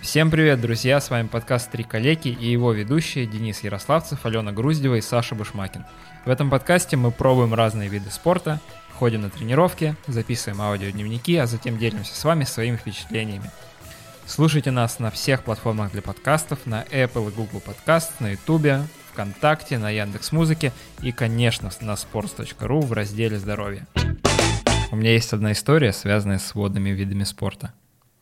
Всем привет, друзья! С вами подкаст «Три калеки» и его ведущие Денис Ярославцев, Алена Груздева и Саша Бушмакин. В этом подкасте мы пробуем разные виды спорта, ходим на тренировки, записываем аудиодневники, а затем делимся с вами своими впечатлениями. Слушайте нас на всех платформах для подкастов, на Apple и Google Podcast, на YouTube, ВКонтакте, на Яндекс.Музыке и, конечно, на sports.ru в разделе «Здоровье». У меня есть одна история, связанная с водными видами спорта.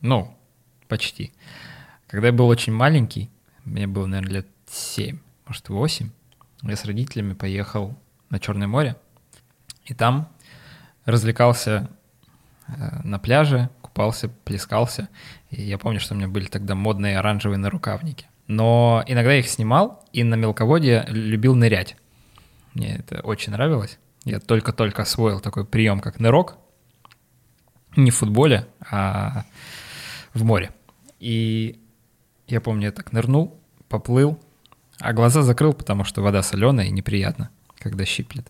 Почти. Когда я был очень маленький, мне было, наверное, лет 7, может, 8, я с родителями поехал на Черное море, и там развлекался на пляже, купался, плескался. И я помню, что у меня были тогда модные оранжевые нарукавники. Но иногда я их снимал, и на мелководье любил нырять. Мне это очень нравилось. Я только-только освоил такой прием, как нырок. Не в футболе, а в море. И я помню, я так нырнул, поплыл, а глаза закрыл, потому что вода соленая и неприятно, когда щиплет.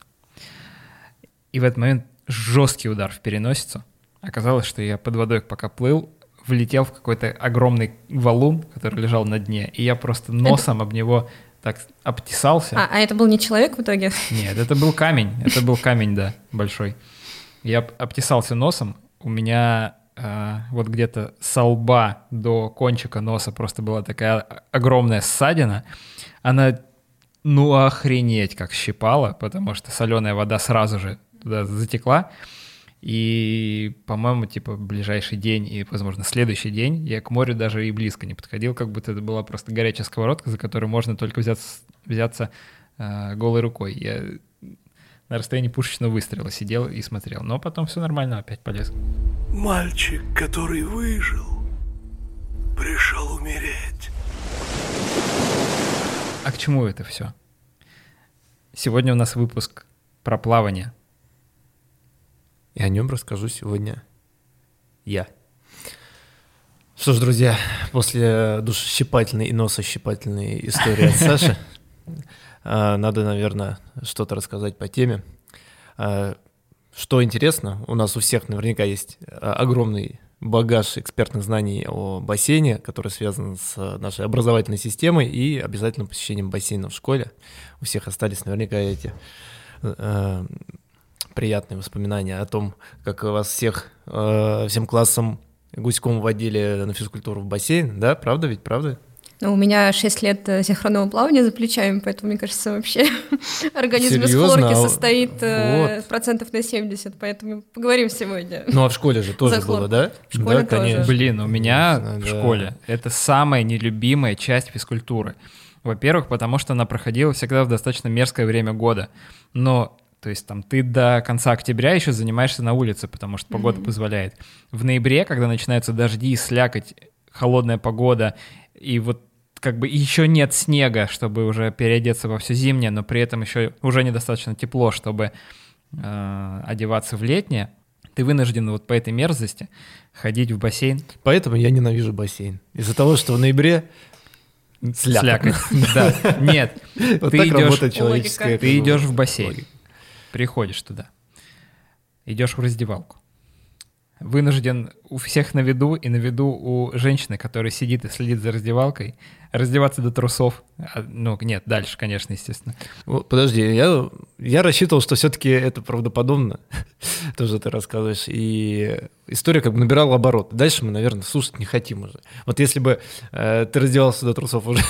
И в этот момент жесткий удар в переносицу. Оказалось, что я под водой, пока плыл, влетел в какой-то огромный валун, который лежал на дне, и я просто носом об него так обтесался. А это был не человек в итоге? Нет, это был камень, да, большой. Я обтесался носом, у меня вот где-то со лба до кончика носа просто была такая огромная ссадина. Она, охренеть как щипала, потому что соленая вода сразу же туда затекла. И, по-моему, ближайший день и, возможно, следующий день я к морю даже и близко не подходил, как будто это была просто горячая сковородка, за которую можно только взяться голой рукой. Я на расстоянии пушечного выстрела сидел и смотрел, но потом все нормально, опять полез. Мальчик, который выжил, пришел умереть. А к чему это все? Сегодня у нас выпуск про плавание. И о нем расскажу сегодня я. Что ж, друзья, после душещипательной и носощипательной истории от Саши надо, наверное, что-то рассказать по теме. Что интересно, у нас у всех наверняка есть огромный багаж экспертных знаний о бассейне, который связан с нашей образовательной системой и обязательным посещением бассейна в школе. У всех остались наверняка эти приятные воспоминания о том, как вас всем классом гуськом водили на физкультуру в бассейн, да? Правда ведь, правда? У меня 6 лет синхронного плавания за плечами, поэтому, мне кажется, вообще организм Серьезно? из хлорки состоит процентов на 70, поэтому поговорим сегодня. А в школе же тоже было, да? В школе да, тоже. Конечно. У меня в школе это самая нелюбимая часть физкультуры. Во-первых, потому что она проходила всегда в достаточно мерзкое время года. То есть ты до конца октября еще занимаешься на улице, потому что погода позволяет. В ноябре, когда начинаются дожди, слякоть, холодная погода, и еще нет снега, чтобы уже переодеться во все зимнее, но при этом еще уже недостаточно тепло, чтобы одеваться в летнее, ты вынужден по этой мерзости ходить в бассейн. Поэтому я ненавижу бассейн. Из-за того, что в ноябре слякоть. Да, нет. Вот так работает человеческая. Ты идешь в бассейн, приходишь туда, идешь в раздевалку. Вынужден у всех на виду и на виду у женщины, которая сидит и следит за раздевалкой, раздеваться до трусов. Нет, дальше, конечно, естественно. Подожди, я рассчитывал, что все-таки это правдоподобно, то, что ты рассказываешь, и история набирала оборот. Дальше мы, наверное, слушать не хотим уже. Вот если бы ты раздевался до трусов уже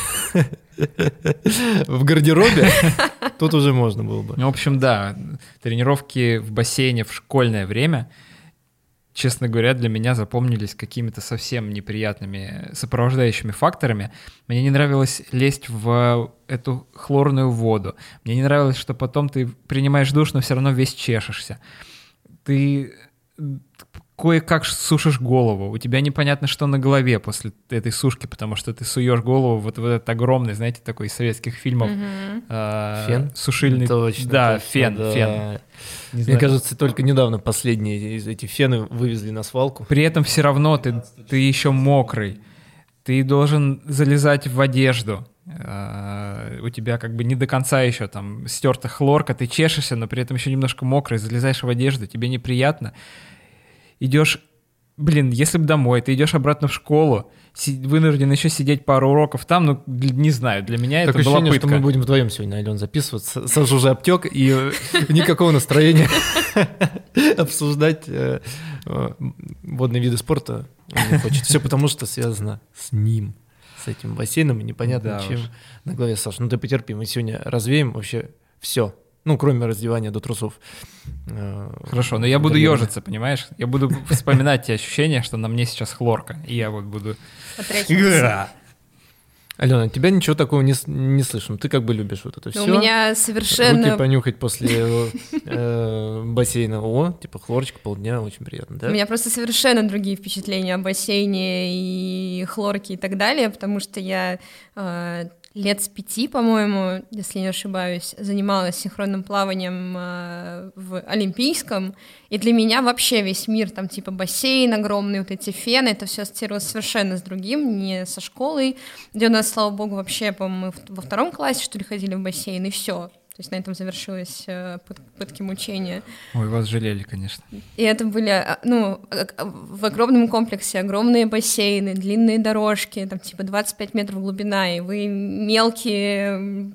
в гардеробе, тут уже можно было бы. В общем, да, тренировки в бассейне в школьное время, честно говоря, для меня запомнились какими-то совсем неприятными сопровождающими факторами. Мне не нравилось лезть в эту хлорную воду. Мне не нравилось, что потом ты принимаешь душ, но все равно весь чешешься. Ты кое-как сушишь голову. У тебя непонятно, что на голове после этой сушки, потому что ты суешь голову в этот огромный, знаете, такой из советских фильмов. Фен? Сушильный. Точно. Да, точно, фен. Да. Мне кажется, только недавно последние из этих фены вывезли на свалку. При этом все равно ты еще мокрый. Ты должен залезать в одежду. У тебя не до конца еще стерта хлорка, ты чешешься, но при этом еще немножко мокрый, залезаешь в одежду, тебе неприятно. Идешь блин, если бы домой, ты идешь обратно в школу, вынужден еще сидеть пару уроков там, ну, не знаю, для меня это была ощущение, пытка. что мы будем вдвоем сегодня, Ален, записываться. Саша уже обтек, и никакого настроения обсуждать водные виды спорта он не хочет. Все потому, что связано с ним, с этим бассейном и непонятно чем на голове. Саша, ну ты потерпи, мы сегодня развеем вообще все. Ну, кроме раздевания до трусов. Хорошо, но я буду ежиться, понимаешь? Я буду вспоминать те ощущения, что на мне сейчас хлорка, и я вот буду... Алена, тебя ничего такого не слышим. Ты как бы любишь вот это все. У меня совершенно... Руки понюхать после бассейна. О, типа хлорочка полдня, очень приятно, да? У меня просто совершенно другие впечатления о бассейне и хлорке и так далее, потому что я лет с 5, по-моему, если не ошибаюсь, занималась синхронным плаванием в Олимпийском, и для меня вообще весь мир, там типа бассейн огромный, вот эти фены, это все ассоциировалось совершенно с другим, не со школой, где у нас, слава богу, вообще, по-моему, во 2 классе, что ли, ходили в бассейн, и все. То есть на этом завершилось пытки, мучения. Ой, вас жалели, конечно. И это были, ну, в огромном комплексе огромные бассейны, длинные дорожки, там типа 25 метров глубина, и вы мелкие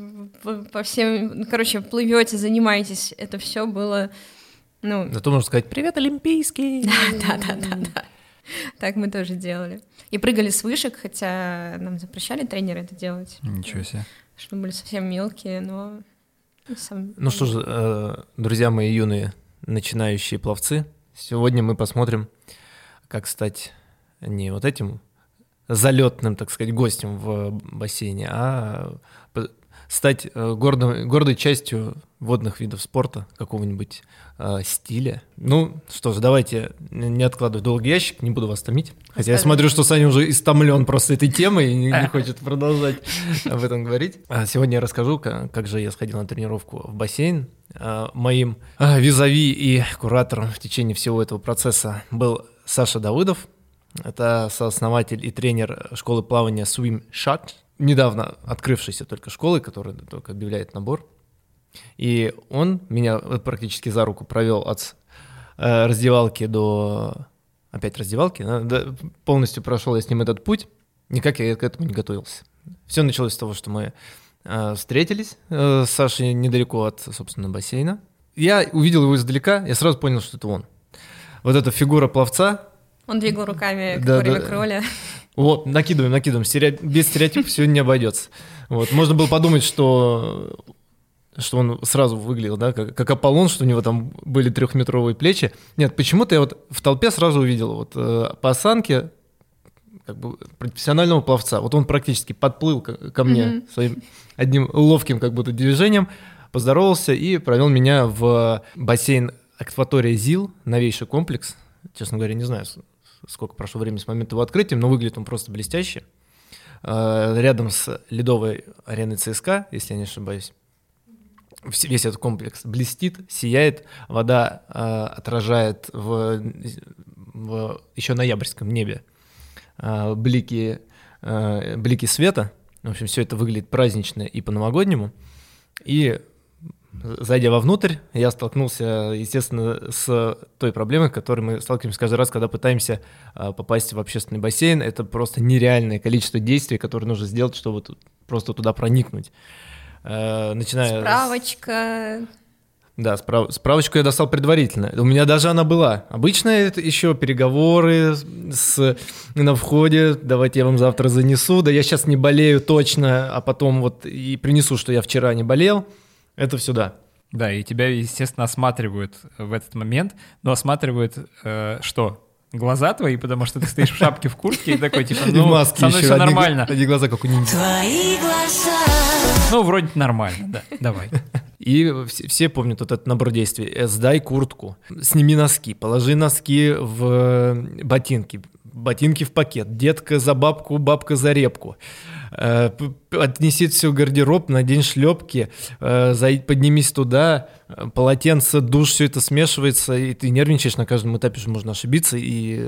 по всем, короче, плывете, занимаетесь. Это все было, ну... Зато можно сказать «Привет, Олимпийский!» Да. Так мы тоже делали. И прыгали с вышек, хотя нам запрещали тренеры это делать. Ничего себе. Что мы были совсем мелкие, но... Ну что же, друзья мои юные начинающие пловцы, сегодня мы посмотрим, как стать не вот этим залетным, так сказать, гостем в бассейне, а стать гордой частью водных видов спорта, какого-нибудь стиля. Ну что ж, давайте не откладывать долгий ящик, не буду вас томить. Хотя я смотрю, что Саня уже истомлен просто этой темой и не хочет продолжать об этом говорить. Сегодня я расскажу, как же я сходил на тренировку в бассейн. Моим визави и куратором в течение всего этого процесса был Саша Давыдов. Это сооснователь и тренер школы плавания Swim Shot, недавно открывшейся только школы, которая только объявляет набор. И он меня практически за руку провел от раздевалки до... Опять раздевалки? Полностью прошел я с ним этот путь. Никак я к этому не готовился. Все началось с того, что мы встретились с Сашей недалеко от, собственно, бассейна. Я увидел его издалека, я сразу понял, что это он. Вот эта фигура пловца. Он двигал руками, как во время кроля. Вот, накидываем. Без стереотипов сегодня не обойдется. Вот. Можно было подумать, что он сразу выглядел, да, как Аполлон, что у него там были 3-метровые плечи. Нет, почему-то я вот в толпе сразу увидел вот по осанке как бы профессионального пловца. Вот он практически подплыл ко мне своим одним ловким как будто движением, поздоровался и провел меня в бассейн акватория ЗИЛ, новейший комплекс. Честно говоря, не знаю, сколько прошло времени с момента его открытия, но выглядит он просто блестяще. Рядом с ледовой ареной ЦСКА, если я не ошибаюсь. Весь этот комплекс блестит, сияет, вода отражает в еще ноябрьском небе блики света. В общем, все это выглядит празднично и по-новогоднему. И зайдя вовнутрь, я столкнулся, естественно, с той проблемой, с которой мы сталкиваемся каждый раз, когда пытаемся попасть в общественный бассейн. Это просто нереальное количество действий, которые нужно сделать, чтобы просто туда проникнуть. Начиная Справочка. Да, справочку я достал предварительно. У меня даже она была. Обычно это еще переговоры на входе. Давайте я вам завтра занесу. Да я сейчас не болею точно, а потом вот и принесу, что я вчера не болел. Это все да. Да, и тебя, естественно, осматривают в этот момент. Но осматривают что? Глаза твои, потому что ты стоишь в шапке, в куртке и такой, типа, ну, в маске со мной все нормально. Одни глаза, как у ниндзя. Твои глаза. Ну, вроде нормально, да, давай. И все помнят вот этот набор действий. Сдай куртку, сними носки, положи носки в ботинки, ботинки в пакет, детка за бабку, бабка за репку. Отнеси все в гардероб, надень шлепки, поднимись туда, полотенце, душ, все это смешивается, и ты нервничаешь, на каждом этапе же можно ошибиться, и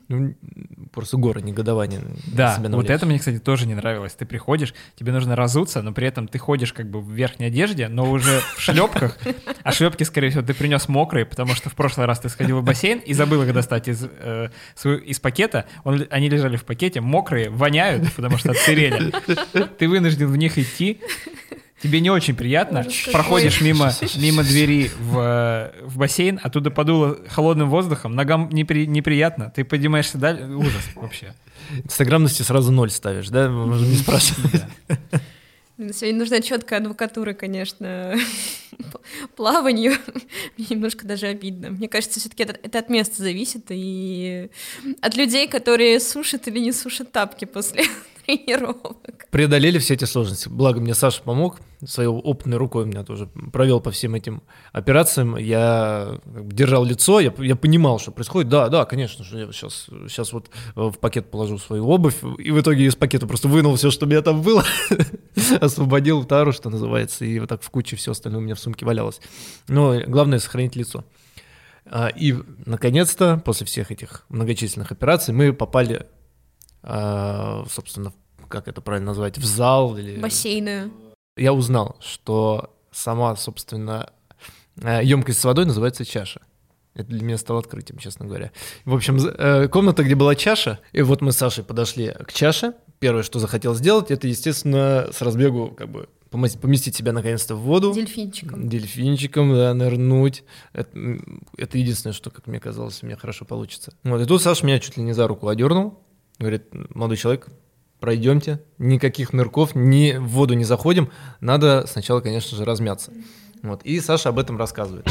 Ну, просто горы негодования. Да, вот это мне, кстати, тоже не нравилось. Ты приходишь, тебе нужно разуться, но при этом ты ходишь как бы в верхней одежде, но уже в шлепках, а шлепки, скорее всего, ты принес мокрые, потому что в прошлый раз ты сходил в бассейн и забыл их достать из пакета. Они лежали в пакете, мокрые, воняют, потому что отсырели. Ты вынужден в них идти. Тебе не очень приятно, проходишь мимо двери в бассейн, оттуда подуло холодным воздухом, ногам неприятно, ты поднимаешься дальше, ужас вообще. Инстаграмности сразу 0 ставишь, да? Можно не спрашивать. Сегодня нужна четкая адвокатура, конечно, плаванию. Мне немножко даже обидно. Мне кажется, все-таки это от места зависит и от людей, которые сушат или не сушат тапки после тренировок. Преодолели все эти сложности. Благо мне Саша помог, своей опытной рукой меня тоже провел по всем этим операциям. Я держал лицо, я понимал, что происходит. Да, конечно, что я сейчас вот в пакет положу свою обувь, и в итоге из пакета просто вынул все, что у меня там было, освободил тару, что называется, и вот так в куче все остальное у меня в сумке валялось. Но главное — сохранить лицо. И, наконец-то, после всех этих многочисленных операций мы попали, собственно, как это правильно назвать, в зал или... Бассейную. Я узнал, что сама, собственно, емкость с водой называется чаша. Это для меня стало открытием, честно говоря. В общем, комната, где была чаша, и вот мы с Сашей подошли к чаше. Первое, что захотел сделать, это, естественно, с разбегу как бы поместить себя наконец-то в воду. Дельфинчиком, да, нырнуть. Это единственное, что, как мне казалось, у меня хорошо получится. Вот, и тут Саша меня чуть ли не за руку одернул. Говорит: молодой человек, пройдемте, никаких нырков, в воду не заходим, надо сначала, конечно же, размяться. Вот. И Саша об этом рассказывает.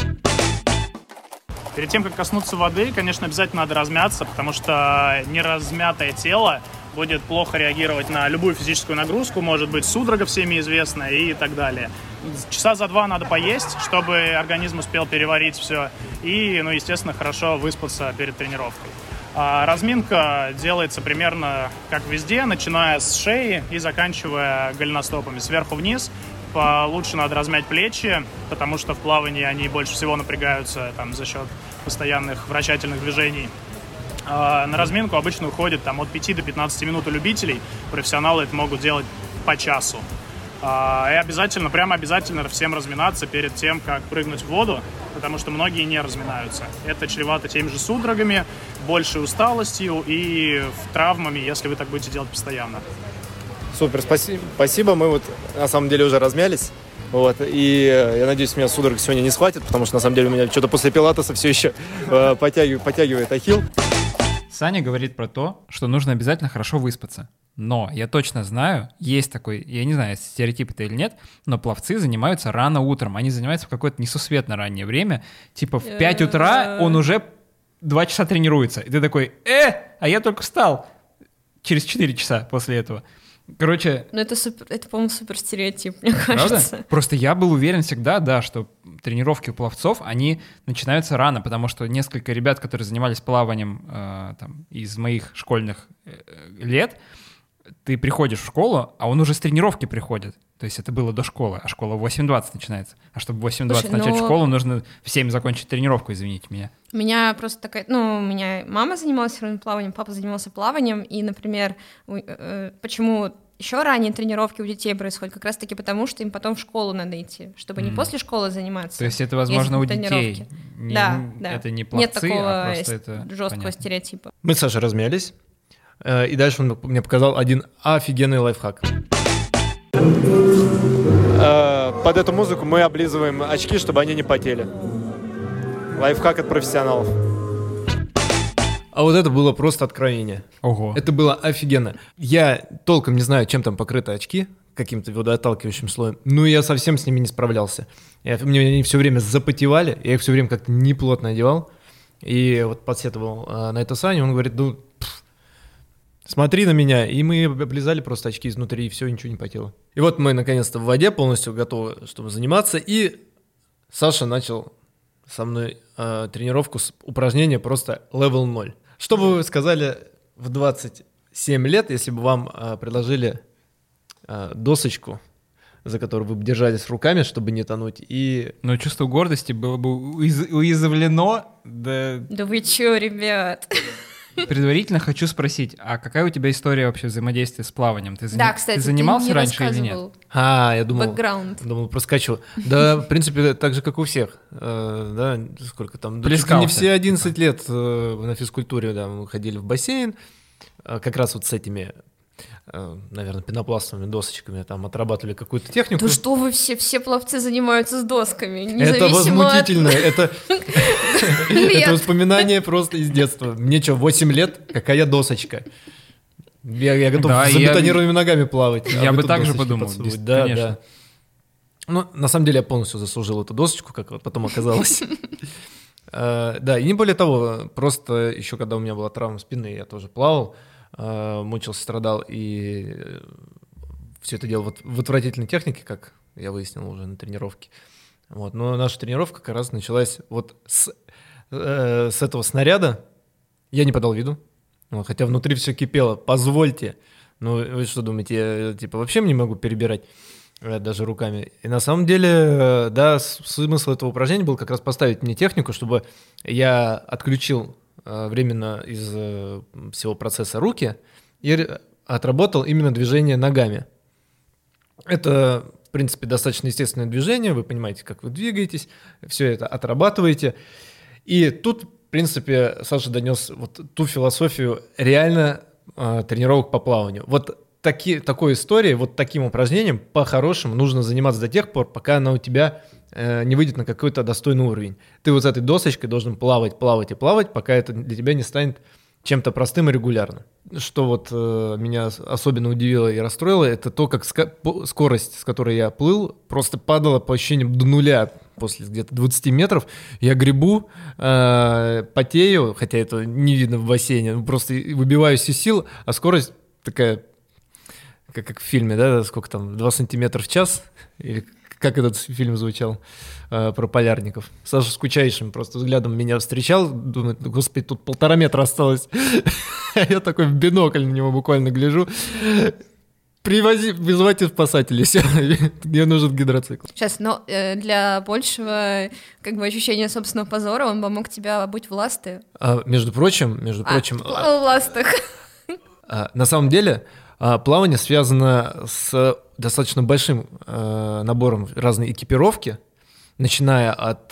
Перед тем, как коснуться воды, конечно, обязательно надо размяться, потому что неразмятое тело будет плохо реагировать на любую физическую нагрузку, может быть судорога всеми известная и так далее. Часа за 2 надо поесть, чтобы организм успел переварить все, и, естественно, хорошо выспаться перед тренировкой. Разминка делается примерно как везде, начиная с шеи и заканчивая голеностопами сверху вниз. Лучше надо размять плечи, потому что в плавании они больше всего напрягаются за счет постоянных вращательных движений. На разминку обычно уходит от 5 до 15 минут у любителей. Профессионалы это могут делать по часу. И обязательно всем разминаться перед тем, как прыгнуть в воду, потому что многие не разминаются. Это чревато теми же судорогами, большей усталостью и травмами, если вы так будете делать постоянно. Супер, спасибо. Мы на самом деле уже размялись. И я надеюсь, меня судорог сегодня не схватит, потому что на самом деле у меня что-то после пилатеса все еще подтягивает ахилл. Саня говорит про то, что нужно обязательно хорошо выспаться. Но я точно знаю, есть такой, я не знаю, стереотип это или нет, но пловцы занимаются рано утром. Они занимаются в какое-то несусветно раннее время. Типа в 5 утра он уже 2 часа тренируется. И ты такой: а я только встал через 4 часа после этого. Короче... Ну это, по-моему, супер стереотип, мне кажется. Правда? Просто я был уверен всегда, да, что тренировки у пловцов, они начинаются рано, потому что несколько ребят, которые занимались плаванием из моих школьных лет, ты приходишь в школу, а он уже с тренировки приходит. То есть это было до школы, а школа в 8:20 начинается. А чтобы в 8:20 начать школу, нужно в 7 закончить тренировку, извините меня. У меня просто такая... у меня мама занималась силовым плаванием, папа занимался плаванием, и, например, почему еще ранее тренировки у детей происходят? Как раз-таки потому, что им потом в школу надо идти, чтобы не после школы заниматься. То есть это, возможно, у детей. Да. Это не пловцы, нет такого а просто это жесткого стереотипа. Мы с Сашей размялись, и дальше он мне показал один офигенный лайфхак. Под эту музыку мы облизываем очки, чтобы они не потели. Лайфхак от профессионалов. А вот это было просто откровение. Ого. Это было офигенно. Я толком не знаю, чем там покрыты очки, каким-то водоотталкивающим слоем, но я совсем с ними не справлялся. Мне они все время запотевали, я их все время как-то неплотно одевал. И вот подсетовал на это Саня, он говорит: смотри на меня. И мы облизали просто очки изнутри, и все, ничего не потело. И вот мы наконец-то в воде, полностью готовы, чтобы заниматься. И Саша начал со мной тренировку с упражнения просто level 0. Что бы вы сказали в 27 лет, если бы вам предложили досочку, за которую вы бы держались руками, чтобы не тонуть, и... Но чувство гордости было бы уязвлено. Да вы чё, ребят? предварительно хочу спросить, а какая у тебя история вообще взаимодействия с плаванием? Да, кстати, ты занимался не раньше или нет? рассказывал. Я Бэкграунд. проскочил. Да, в принципе, так же, как у всех. Да, сколько там? Плескался. Не все 11 лет на физкультуре, да, мы ходили в бассейн, как раз вот с этими, наверное, пенопластовыми досочками, там отрабатывали какую-то технику. Да что вы все пловцы занимаются с досками? Это Независимо возмутительно, это Нет. воспоминание просто из детства. Мне что, 8 лет? Какая досочка? Я готов Да, за бетонированными ногами плавать. Я вы бы тут так же досочки подумал, подсовывать. конечно. Да. Ну, на самом деле я полностью заслужил эту досочку, как вот потом оказалось. Да, и не более того, просто еще когда у меня была травма спины, я тоже плавал, мучился, страдал, и все это делал вот в отвратительной технике, как я выяснил уже на тренировке. Вот. Но наша тренировка как раз началась вот с этого снаряда. Я не подал виду, хотя внутри все кипело. Позвольте. Ну, вы что думаете, я типа вообще не могу перебирать даже руками? И на самом деле, да, смысл этого упражнения был как раз поставить мне технику, чтобы я отключил временно из всего процесса руки и отработал именно движение ногами. Это, в принципе, достаточно естественное движение, вы понимаете, как вы двигаетесь, все это отрабатываете. И тут, в принципе, Саша донес вот ту философию реально тренировок по плаванию. Вот такой историей, вот таким упражнением по-хорошему нужно заниматься до тех пор, пока она у тебя не выйдет на какой-то достойный уровень. Ты вот с этой досочкой должен плавать, пока это для тебя не станет чем-то простым и регулярным. Что вот меня особенно удивило и расстроило, это то, как скорость, с которой я плыл, просто падала по ощущениям до нуля после где-то 20 метров. Я гребу, потею, хотя это не видно в бассейне, просто выбиваюсь из сил, а скорость такая, как в фильме, да, сколько там, 2 сантиметра в час, или как этот фильм звучал про полярников. Саша скучающим просто взглядом меня встречал, думает, господи, тут 1,5 метра осталось. Я такой в бинокль на него буквально гляжу. Вызывайте спасателей, все, мне нужен гидроцикл. Сейчас, но для большего ощущения собственного позора он помог тебя обуть в ласты. Между прочим, в ластах. На самом деле плавание связано с достаточно большим набором разной экипировки, начиная от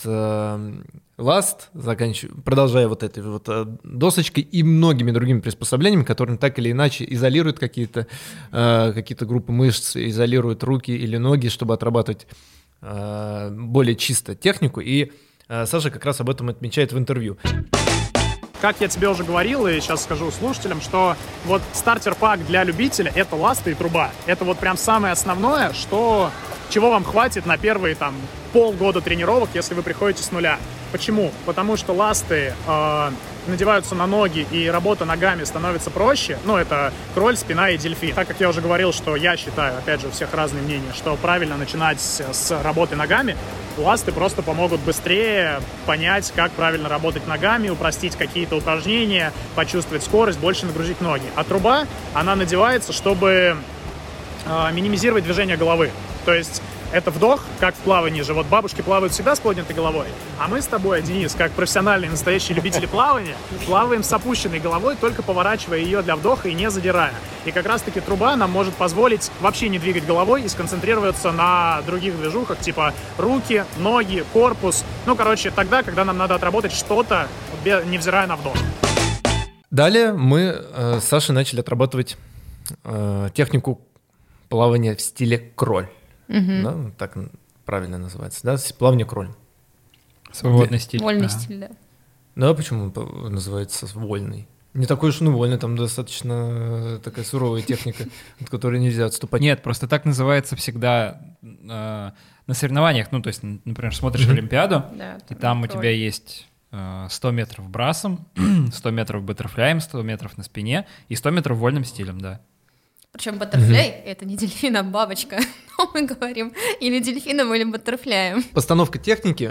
ласт, продолжая вот этой вот досочкой и многими другими приспособлениями, которые так или иначе изолируют какие-то группы мышц, изолируют руки или ноги, чтобы отрабатывать более чисто технику. И Саша как раз об этом отмечает в интервью. Как я тебе уже говорил, и сейчас скажу слушателям, что вот стартер-пак для любителя — это ласты и труба. Это вот прям самое основное, чего вам хватит на первые полгода тренировок, если вы приходите с нуля. Почему? Потому что ласты надеваются на ноги, и работа ногами становится проще. Ну, это кроль, спина и дельфин. Так как я уже говорил, что я считаю, опять же, у всех разные мнения, что правильно начинать с работы ногами, ласты просто помогут быстрее понять, как правильно работать ногами, упростить какие-то упражнения, почувствовать скорость, больше нагрузить ноги. А труба, она надевается, чтобы минимизировать движение головы. То есть это вдох, как в плавании же. Вот бабушки плавают всегда с поднятой головой, а мы с тобой, Денис, как профессиональные настоящие любители плавания, плаваем с опущенной головой, только поворачивая ее для вдоха и не задирая. И как раз-таки труба нам может позволить вообще не двигать головой и сконцентрироваться на других движухах, типа руки, ноги, корпус. Ну, короче, тогда, когда нам надо отработать что-то, невзирая на вдох. Далее мы с Сашей начали отрабатывать технику плавания в стиле кроль. Да, так правильно называется, да, плавание кроль. Свободный стиль. Вольный стиль, да. Да, почему он называется вольный? Не такой уж вольный, там достаточно такая суровая техника, от которой нельзя отступать. Нет, просто так называется всегда на соревнованиях. Ну, то есть, например, смотришь Олимпиаду, Да, и там у тебя есть 100 метров брасом, 100 метров баттерфляем, 100 метров на спине и 100 метров вольным стилем, да. Причем баттерфляй — это не дельфин, а бабочка. Но мы говорим или дельфином, или баттерфляем. Постановка техники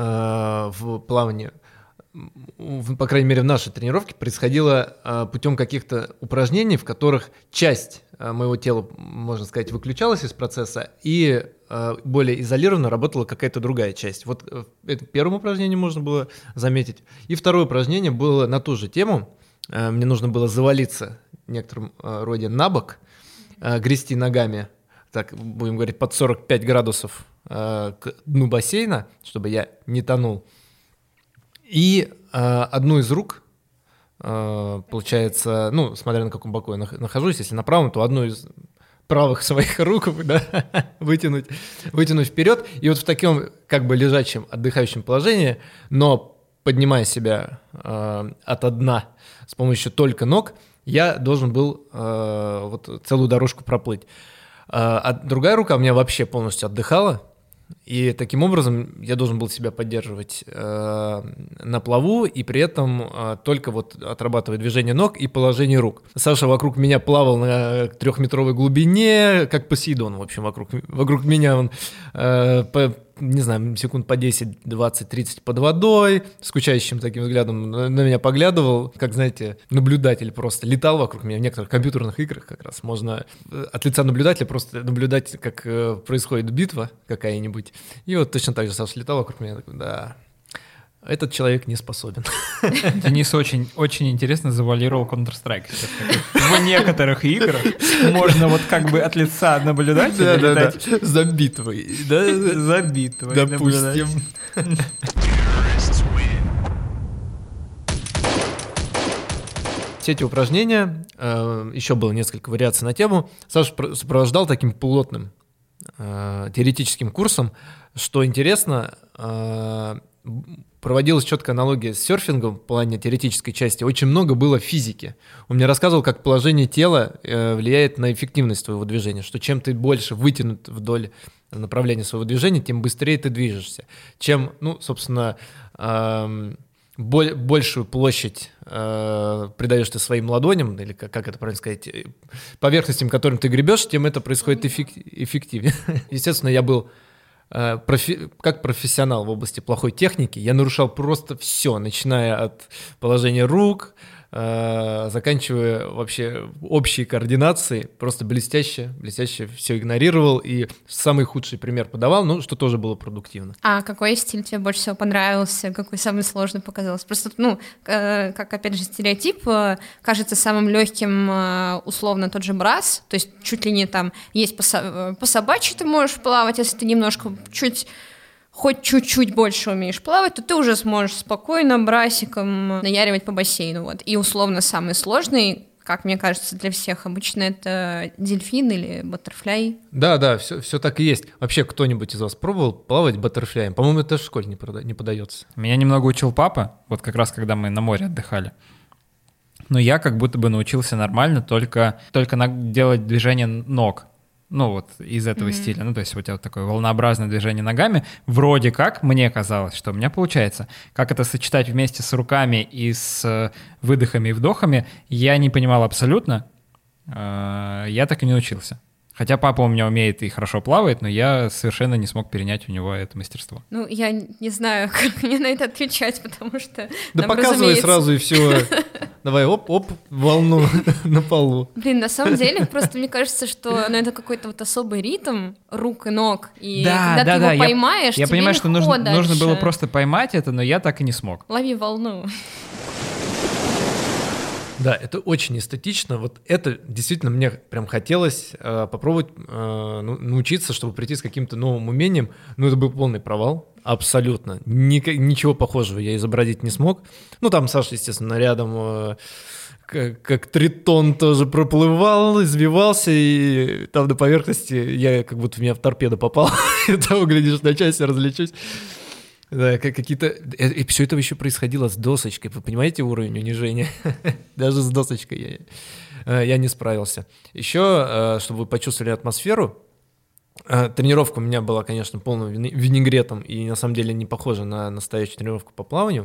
в плавании, по крайней мере в нашей тренировке, происходила путем каких-то упражнений, в которых часть моего тела, можно сказать, выключалась из процесса, и более изолированно работала какая-то другая часть. Вот это первым упражнением можно было заметить. И второе упражнение было на ту же тему, мне нужно было завалиться в некотором роде на бок, грести ногами, так будем говорить, под 45 градусов к дну бассейна, чтобы я не тонул. И одну из рук, получается, ну, смотря на каком боку я нахожусь, если на правом, то одну из правых своих рук, да, вытянуть вперед. И вот в таком как бы лежачем, отдыхающем положении, но поднимая себя от дна с помощью только ног, я должен был вот целую дорожку проплыть. А другая рука у меня вообще полностью отдыхала, и таким образом я должен был себя поддерживать на плаву и при этом только вот отрабатывая движение ног и положение рук. Саша вокруг меня плавал на 3-метровой глубине, как Посейдон, в общем, вокруг меня он, не знаю, секунд по 10, 20, 30 под водой, скучающим таким взглядом на меня поглядывал, как, знаете, наблюдатель просто летал вокруг меня. В некоторых компьютерных играх как раз можно от лица наблюдателя просто наблюдать, как происходит битва какая-нибудь. И вот точно так же Саша летал вокруг меня, такой, да, этот человек не способен. Денис очень интересно завуалировал Counter-Strike. В некоторых играх можно вот как бы от лица наблюдателя летать. За битвой. За битвой. Допустим. Все эти упражнения, еще было несколько вариаций на тему, Саша сопровождал таким плотным теоретическим курсом. Что интересно, проводилась четкая аналогия с серфингом в плане теоретической части. Очень много было физики. Он мне рассказывал, как положение тела влияет на эффективность твоего движения, что чем ты больше вытянут вдоль направления своего движения, тем быстрее ты движешься. Чем, ну, собственно, большую площадь придаешь ты своим ладоням, или как это правильно сказать, поверхностям, которым ты гребешь, тем это происходит эффективнее. Естественно, я был как профессионал в области плохой техники, я нарушал просто все, начиная от положения рук, заканчивая вообще общей координацией, просто блестяще все игнорировал и самый худший пример подавал, ну, что тоже было продуктивно. А какой стиль тебе больше всего понравился, какой самый сложный показался? Просто, ну, как, опять же, стереотип, кажется самым легким условно тот же брас, то есть чуть ли не там есть по собачьи ты можешь плавать, если ты немножко хоть чуть-чуть больше умеешь плавать, то ты уже сможешь спокойно брасиком наяривать по бассейну. Вот. И условно самый сложный, как мне кажется, для всех обычно это дельфин или баттерфляй. Да, все так и есть. Вообще, кто-нибудь из вас пробовал плавать баттерфляем? По-моему, это в школе не подается. Меня немного учил папа, вот как раз когда мы на море отдыхали. Но я как будто бы научился нормально только делать движение ног. Ну вот из этого стиля, ну то есть у тебя вот такое волнообразное движение ногами, вроде как, мне казалось, что у меня получается. Как это сочетать вместе с руками и с выдохами и вдохами, я не понимал абсолютно, я так и не научился. Хотя папа у меня умеет и хорошо плавает, но я совершенно не смог перенять у него это мастерство. Ну, я не знаю, как мне на это отвечать, потому что... Да показывай сразу и все. Давай, оп, волну на полу. Блин, на самом деле, просто мне кажется, что это какой-то вот особый ритм рук и ног, и когда ты его поймаешь, я понимаю, что нужно было просто поймать это, но я так и не смог. Лови волну. Да, это очень эстетично. Вот это действительно мне прям хотелось попробовать научиться, чтобы прийти с каким-то новым умением. Но это был полный провал. Абсолютно. Ничего похожего я изобразить не смог. Ну, там Саша, естественно, рядом как тритон тоже проплывал, извивался, и там на поверхности я как будто в меня в торпеду попал. И того, глядишь, на части различусь. Да, какие-то... И все это еще происходило с досочкой. Вы понимаете уровень унижения? Даже с досочкой я не справился. Еще, чтобы вы почувствовали атмосферу, тренировка у меня была, конечно, полным винегретом и на самом деле не похожа на настоящую тренировку по плаванию.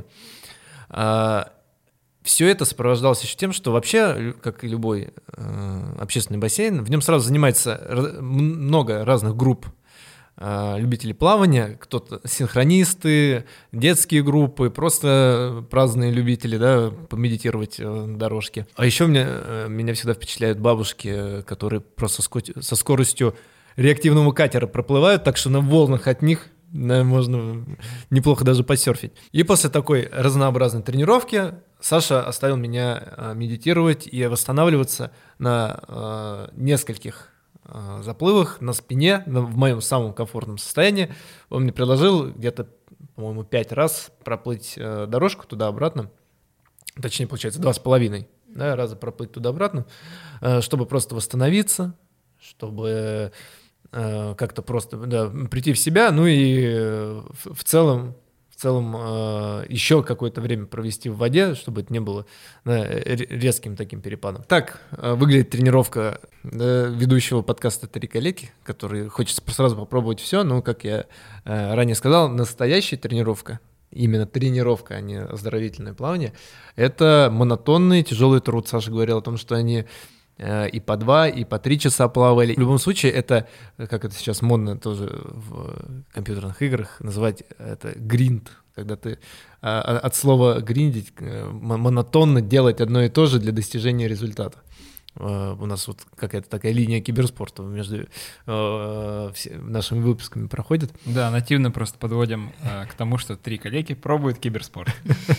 Все это сопровождалось еще тем, что вообще, как и любой общественный бассейн, в нем сразу занимается много разных групп любителей плавания, кто-то синхронисты, детские группы, просто праздные любители, да, помедитировать на дорожке. А еще меня всегда впечатляют бабушки, которые просто со скоростью реактивного катера проплывают, так что на волнах от них можно неплохо даже посерфить. И после такой разнообразной тренировки Саша оставил меня медитировать и восстанавливаться на нескольких заплывах на спине, в моем самом комфортном состоянии. Он мне предложил где-то, по-моему, 5 раз проплыть дорожку туда-обратно. Точнее, получается, 2,5 раза проплыть туда-обратно, чтобы просто восстановиться, чтобы как-то просто прийти в себя, ну и в целом еще какое-то время провести в воде, чтобы это не было резким таким перепадом. Так выглядит тренировка ведущего подкаста «Три коллеги», который хочется сразу попробовать все, но, как я ранее сказал, настоящая тренировка, именно тренировка, а не оздоровительное плавание, это монотонный тяжелый труд. Саша говорил о том, что они и по 2, и по 3 часа плавали. В любом случае, это, как это сейчас модно тоже в компьютерных играх называть, это гринд, когда ты от слова гриндить, монотонно делать одно и то же для достижения результата. У нас вот какая-то такая линия киберспорта между нашими выпусками проходит. Да, нативно просто подводим к тому, что 3 коллеги пробуют киберспорт.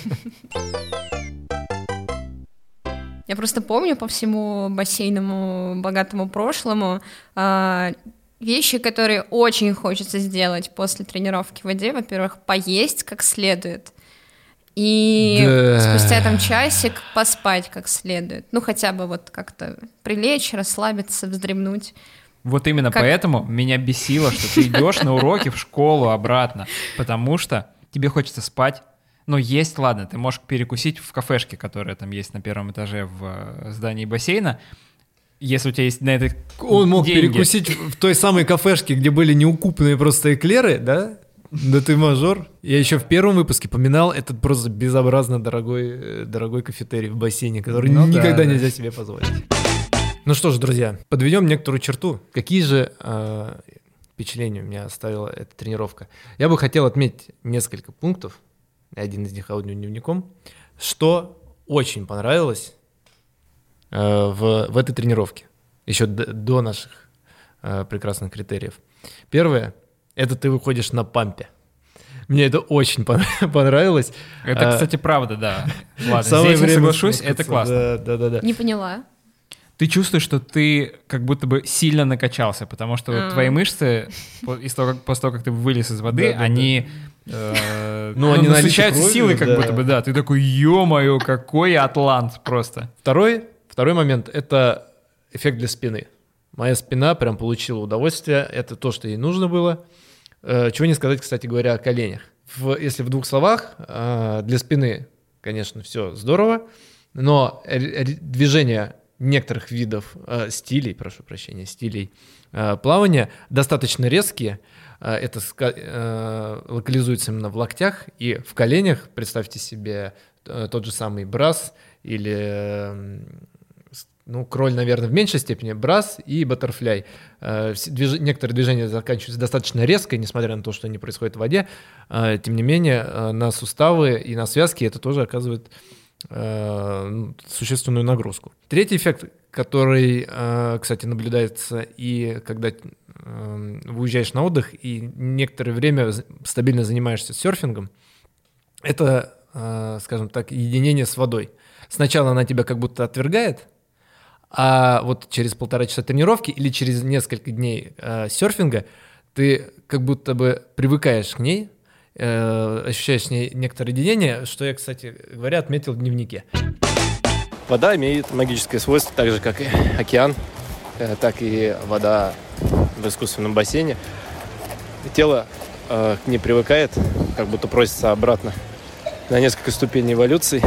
Я просто помню по всему бассейному богатому прошлому вещи, которые очень хочется сделать после тренировки в воде. Во-первых, поесть как следует. И спустя там часик поспать как следует. Ну, хотя бы вот как-то прилечь, расслабиться, вздремнуть. Вот именно поэтому меня бесило, что ты идешь на уроки в школу обратно, потому что тебе хочется спать. Ну, есть, ладно, ты можешь перекусить в кафешке, которая там есть на 1-м этаже в здании бассейна. Если у тебя есть на это Он мог деньги. перекусить в той самой кафешке, где были неукупленные просто эклеры, да? Да ты мажор. Я еще в 1-м выпуске поминал этот просто безобразно дорогой кафетерий в бассейне, который никогда нельзя себе позволить. Ну что ж, друзья, подведем некоторую черту. Какие же впечатления у меня оставила эта тренировка? Я бы хотел отметить несколько пунктов, один из них аудиодневником, что очень понравилось в этой тренировке, еще до наших прекрасных критериев. Первое — это ты выходишь на пампе. Мне это очень понравилось. Это, кстати, правда, да. Ладно, Самое здесь я время соглашусь, это классно. Да. Не поняла. Ты чувствуешь, что ты как будто бы сильно накачался, потому что вот твои мышцы, после того, как ты вылез из воды, они... они насыщаются налиты силой, кровью, как будто бы, да. Ты такой, ё-моё, какой атлант просто. Второй момент — это эффект для спины. Моя спина прям получила удовольствие, это то, что ей нужно было. Чего не сказать, кстати говоря, о коленях. Если в 2 словах, для спины, конечно, все здорово, но движение некоторых видов стилей плавания достаточно резкие. Это локализуется именно в локтях и в коленях. Представьте себе тот же самый брас или, кроль, наверное, в меньшей степени, брас и баттерфляй. Некоторые движения заканчиваются достаточно резко, несмотря на то, что они происходят в воде. Тем не менее, на суставы и на связки это тоже оказывает существенную нагрузку. Третий эффект, который, кстати, наблюдается и когда вы уезжаешь на отдых и некоторое время стабильно занимаешься серфингом, это, скажем так, единение с водой. Сначала она тебя как будто отвергает, а вот через 1,5 часа тренировки или через несколько дней серфинга ты как будто бы привыкаешь к ней, ощущаешь с ней некоторое единение, что я, кстати говоря, отметил в дневнике. Вода имеет магическое свойство, так же, как и океан, так и вода в искусственном бассейне. Тело к ней привыкает, как будто просится обратно на несколько ступеней эволюции.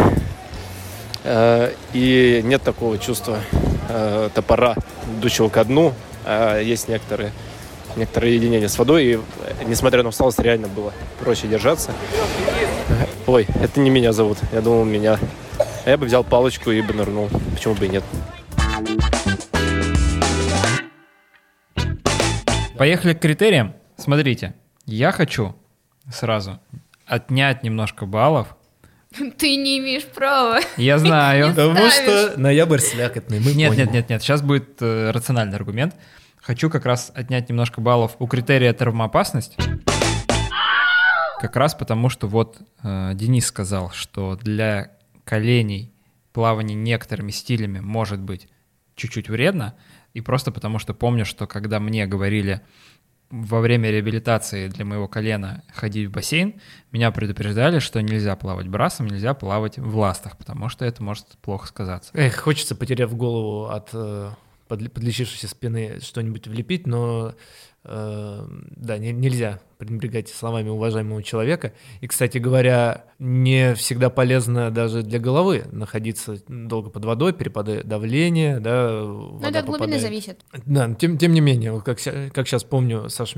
И нет такого чувства топора, идущего ко дну. Есть некоторое единение с водой, и, несмотря на усталость, реально было проще держаться. Ой, это не меня зовут, я думал, меня. А я бы взял палочку и бы нырнул, почему бы и нет. Поехали к критериям. Смотрите, я хочу сразу отнять немножко баллов. Ты не имеешь права. Я знаю. Потому что ноябрь слякотный, мы Нет, поняли. нет. Сейчас будет рациональный аргумент. Хочу как раз отнять немножко баллов у критерия травмоопасность. Как раз потому, что вот Денис сказал, что для коленей плавание некоторыми стилями может быть чуть-чуть вредно, и просто потому что помню, что когда мне говорили во время реабилитации для моего колена ходить в бассейн, меня предупреждали, что нельзя плавать брасом, нельзя плавать в ластах, потому что это может плохо сказаться. Хочется, потеряв голову от подлечившейся спины, что-нибудь влепить, но да, нельзя пренебрегать словами уважаемого человека. И, кстати говоря, не всегда полезно даже для головы находиться долго под водой, перепады давления, да. Но это от глубины зависит. Да, тем не менее, как сейчас помню, Саша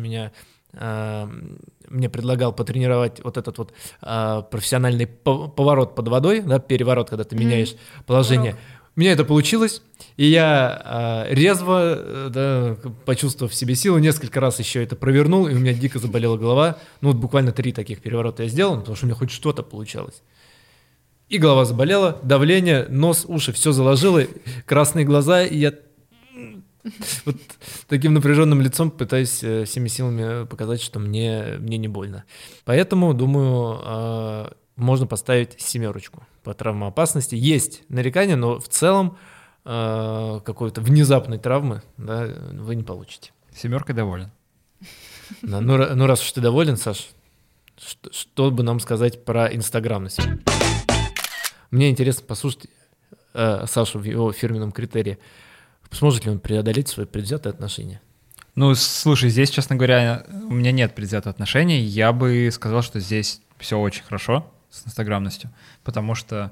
мне предлагал потренировать вот этот вот профессиональный поворот под водой, да, переворот, когда ты меняешь положение. У меня это получилось, и я резво, почувствовав в себе силу, несколько раз еще это провернул, и у меня дико заболела голова. Ну вот буквально 3 таких переворота я сделал, потому что у меня хоть что-то получалось. И голова заболела, давление, нос, уши, все заложило, красные глаза, и я вот таким напряженным лицом пытаюсь всеми силами показать, что мне не больно. Поэтому, думаю, можно поставить 7 по травмоопасности. Есть нарекания, но в целом какой-то внезапной травмы, да, вы не получите. 7 доволен. Да, ну раз уж ты доволен, Саш, что бы нам сказать про Инстаграм на сегодня? Мне интересно послушать Сашу в его фирменном критерии. Сможет ли он преодолеть свои предвзятые отношения? Ну, слушай, здесь, честно говоря, у меня нет предвзятых отношений. Я бы сказал, что здесь все очень хорошо с инстаграмностью, потому что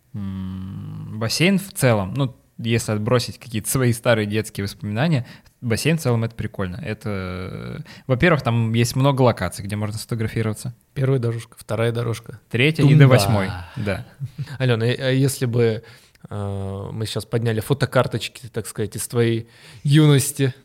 бассейн в целом, ну, если отбросить какие-то свои старые детские воспоминания, бассейн в целом это прикольно. Это, во-первых, там есть много локаций, где можно сфотографироваться. 1 дорожка, 2 дорожка. 3 и до 8, да. Алена, а если бы мы сейчас подняли фотокарточки, так сказать, из твоей юности,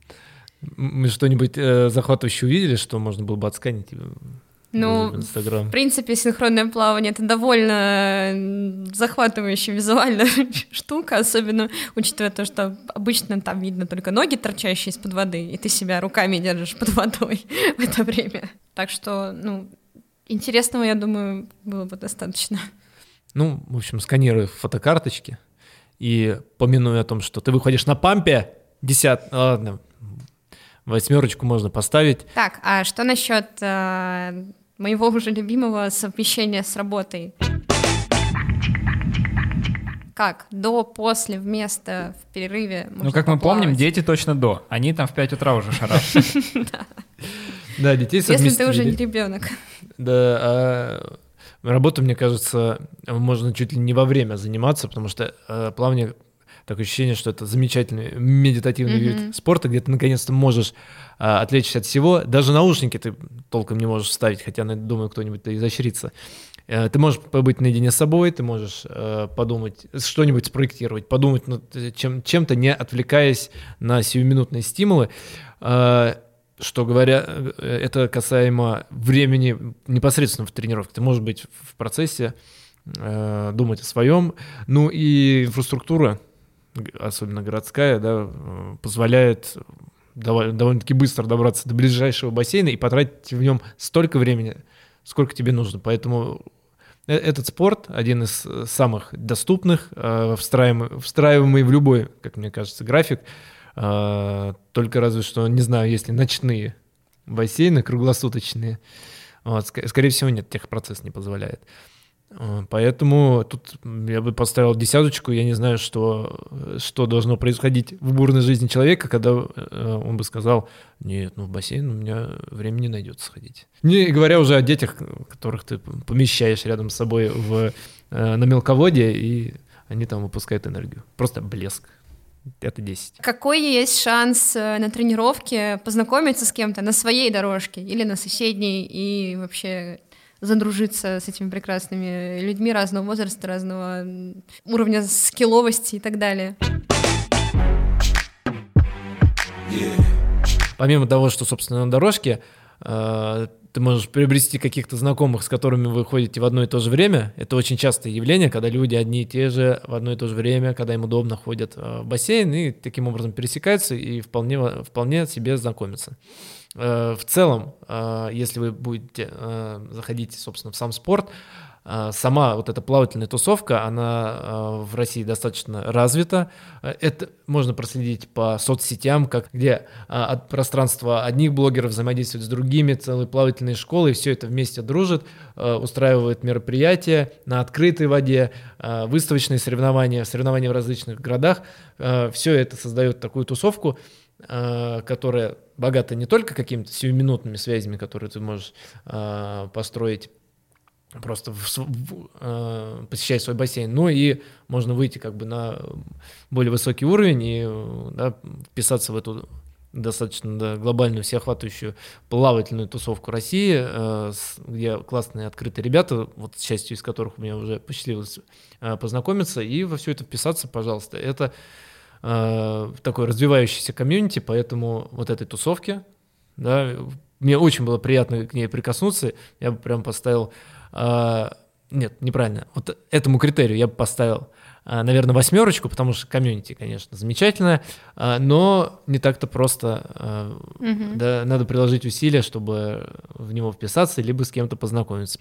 мы что-нибудь захватывающее увидели, что можно было бы отсканить? Ну, в принципе, синхронное плавание — это довольно захватывающая визуальная штука, особенно учитывая то, что обычно там видно только ноги, торчащие из-под воды, и ты себя руками держишь под водой в это время. Так что, ну, интересного, я думаю, было бы достаточно. Ну, в общем, сканируй фотокарточки и помянуй о том, что ты выходишь на пампе, 8 можно поставить. Так, а что насчет моего уже любимого совмещения с работой? Как? До, после, вместо, в перерыве? Ну, как мы помним, дети точно до. Они там в 5 утра уже шарашат. Да, детей совместили. Если ты уже не ребенок. Да, работу, мне кажется, можно чуть ли не во время заниматься, потому что плавание, такое ощущение, что это замечательный медитативный вид спорта, где ты наконец-то можешь отвлечься от всего. Даже наушники ты толком не можешь вставить, хотя, думаю, кто-нибудь-то изощрится. Ты можешь побыть наедине с собой, ты можешь подумать, что-нибудь спроектировать, подумать над чем-то, не отвлекаясь на сиюминутные стимулы. Что говоря, это касаемо времени непосредственно в тренировке. Ты можешь быть в процессе, думать о своем. Ну и инфраструктура, особенно городская, да, позволяет довольно-таки быстро добраться до ближайшего бассейна и потратить в нем столько времени, сколько тебе нужно. Поэтому этот спорт один из самых доступных, встраиваемый в любой, как мне кажется, график. Только разве что, не знаю, есть ли ночные бассейны круглосуточные. Вот, скорее всего, нет, техпроцесс не позволяет. Поэтому тут я бы поставил 10, я не знаю, что должно происходить в бурной жизни человека, когда он бы сказал: нет, в бассейн у меня времени не найдется сходить. Не говоря уже о детях, которых ты помещаешь рядом с собой на мелководье, и они там выпускают энергию. Просто блеск. Это 10. Какой есть шанс на тренировке познакомиться с кем-то на своей дорожке или на соседней и вообще задружиться с этими прекрасными людьми разного возраста, разного уровня скилловости и так далее? Помимо того, что, собственно, на дорожке ты можешь приобрести каких-то знакомых, с которыми вы ходите в одно и то же время. Это очень частое явление, когда люди одни и те же в одно и то же время, когда им удобно, ходят в бассейн и таким образом пересекаются и вполне себе знакомятся. В целом, если вы будете заходить, собственно, в сам спорт, сама вот эта плавательная тусовка, она в России достаточно развита. Это можно проследить по соцсетям, где от пространства одних блогеров взаимодействует с другими, целые плавательные школы, и все это вместе дружит, устраивает мероприятия на открытой воде, выставочные соревнования в различных городах. Все это создает такую тусовку, которая богата не только какими-то сиюминутными связями, которые ты можешь построить, просто посещая свой бассейн, но и можно выйти как бы на более высокий уровень и вписаться в эту достаточно глобальную, всеохватывающую плавательную тусовку России, где классные открытые ребята, вот с частью из которых у меня уже посчастливилось познакомиться, и во все это вписаться, пожалуйста. Это такой развивающийся комьюнити, поэтому вот этой тусовке, да, мне очень было приятно к ней прикоснуться, я бы прям поставил... Нет, неправильно. Вот этому критерию я бы поставил, наверное, 8, потому что комьюнити, конечно, замечательное, но не так-то просто. Да, надо приложить усилия, чтобы в него вписаться, либо с кем-то познакомиться.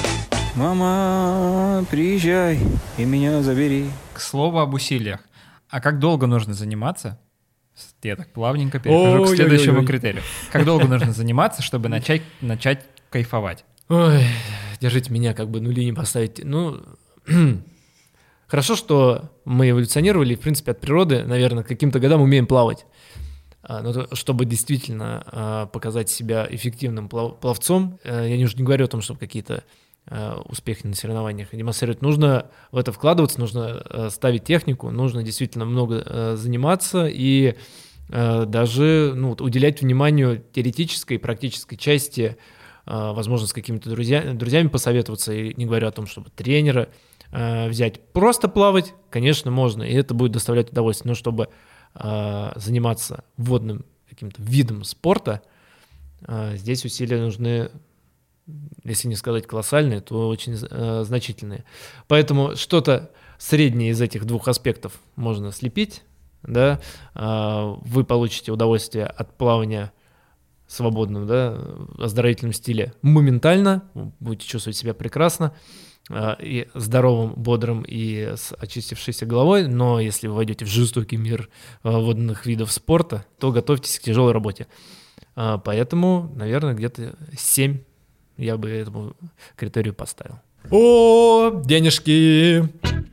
Мама, приезжай и меня забери. К слову об усилиях. А как долго нужно заниматься? Я так плавненько перехожу к следующему критерию. Как долго нужно заниматься, чтобы начать кайфовать? Ой, держите меня, как бы нули не поставить. Ну, хорошо, что мы эволюционировали, в принципе, от природы, наверное, к каким-то годам умеем плавать. Но чтобы действительно показать себя эффективным пловцом, я уже не говорю о том, чтобы какие-то успехи на соревнованиях демонстрировать, нужно в это вкладываться, нужно ставить технику, нужно действительно много заниматься и даже уделять вниманию теоретической и практической части, возможно, с какими-то друзьями посоветоваться, и не говорю о том, чтобы тренера взять. Просто плавать, конечно, можно, и это будет доставлять удовольствие, но чтобы заниматься водным каким-то видом спорта, здесь усилия нужны, если не сказать колоссальные, то очень значительные. Поэтому что-то среднее из этих двух аспектов можно слепить, да, вы получите удовольствие от плавания свободном, да, оздоровительном стиле моментально, будете чувствовать себя прекрасно, и здоровым, бодрым и с очистившейся головой, но если вы войдете в жестокий мир водных видов спорта, то готовьтесь к тяжелой работе. Поэтому, наверное, где-то 7 я бы этому критерию поставил. О, денежки!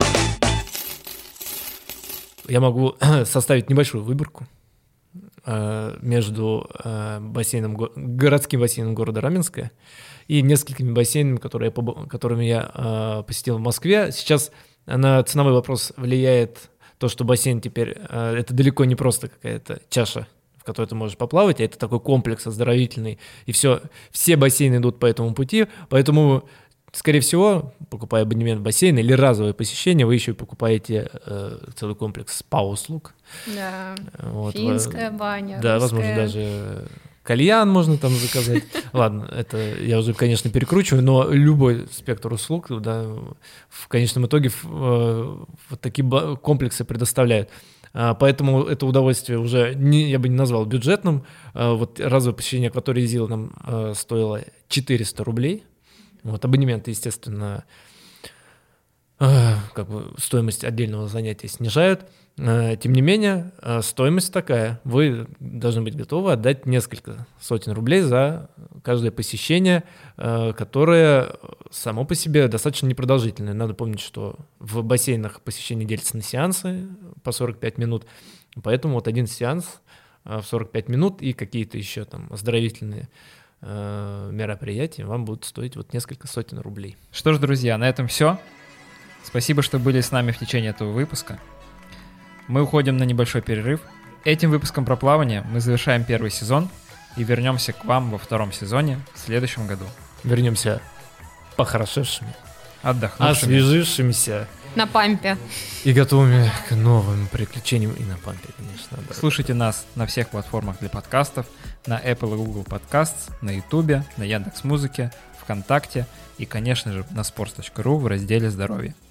Я могу составить небольшую выборку между городским бассейном города Раменское и несколькими бассейнами, которыми я посетил в Москве. Сейчас на ценовой вопрос влияет то, что бассейн теперь это далеко не просто какая-то чаша, в которой ты можешь поплавать, а это такой комплекс оздоровительный, и все бассейны идут по этому пути, поэтому, скорее всего, покупая абонемент в бассейн или разовое посещение, вы еще и покупаете целый комплекс спа-услуг. Да, вот, финская баня, да, русская. Возможно, даже кальян можно там заказать. Ладно, это я уже, конечно, перекручиваю, но любой спектр услуг, да, в конечном итоге вот такие комплексы предоставляют. Поэтому это удовольствие уже я бы не назвал бюджетным. Вот разовое посещение акватории ЗИЛ нам стоило 400 рублей. Вот абонементы, естественно, как бы стоимость отдельного занятия снижают. Тем не менее, стоимость такая. Вы должны быть готовы отдать несколько сотен рублей за каждое посещение, которое само по себе достаточно непродолжительное. Надо помнить, что в бассейнах посещение делится на сеансы по 45 минут, поэтому вот один сеанс в 45 минут и какие-то еще там оздоровительные мероприятия вам будут стоить вот несколько сотен рублей. Что ж, друзья, на этом все. Спасибо, что были с нами в течение этого выпуска. Мы уходим на небольшой перерыв. Этим выпуском про плавание мы завершаем первый сезон и вернемся к вам во втором сезоне в следующем году. Вернемся похорошевшими, отдохнувшими, освежившимися, на пампе и готовыми к новым приключениям. И на пампе, конечно. Да. Слушайте нас на всех платформах для подкастов, на Apple и Google Podcasts, на YouTube, на Яндекс.Музыке, ВКонтакте и, конечно же, на sports.ru в разделе «Здоровье».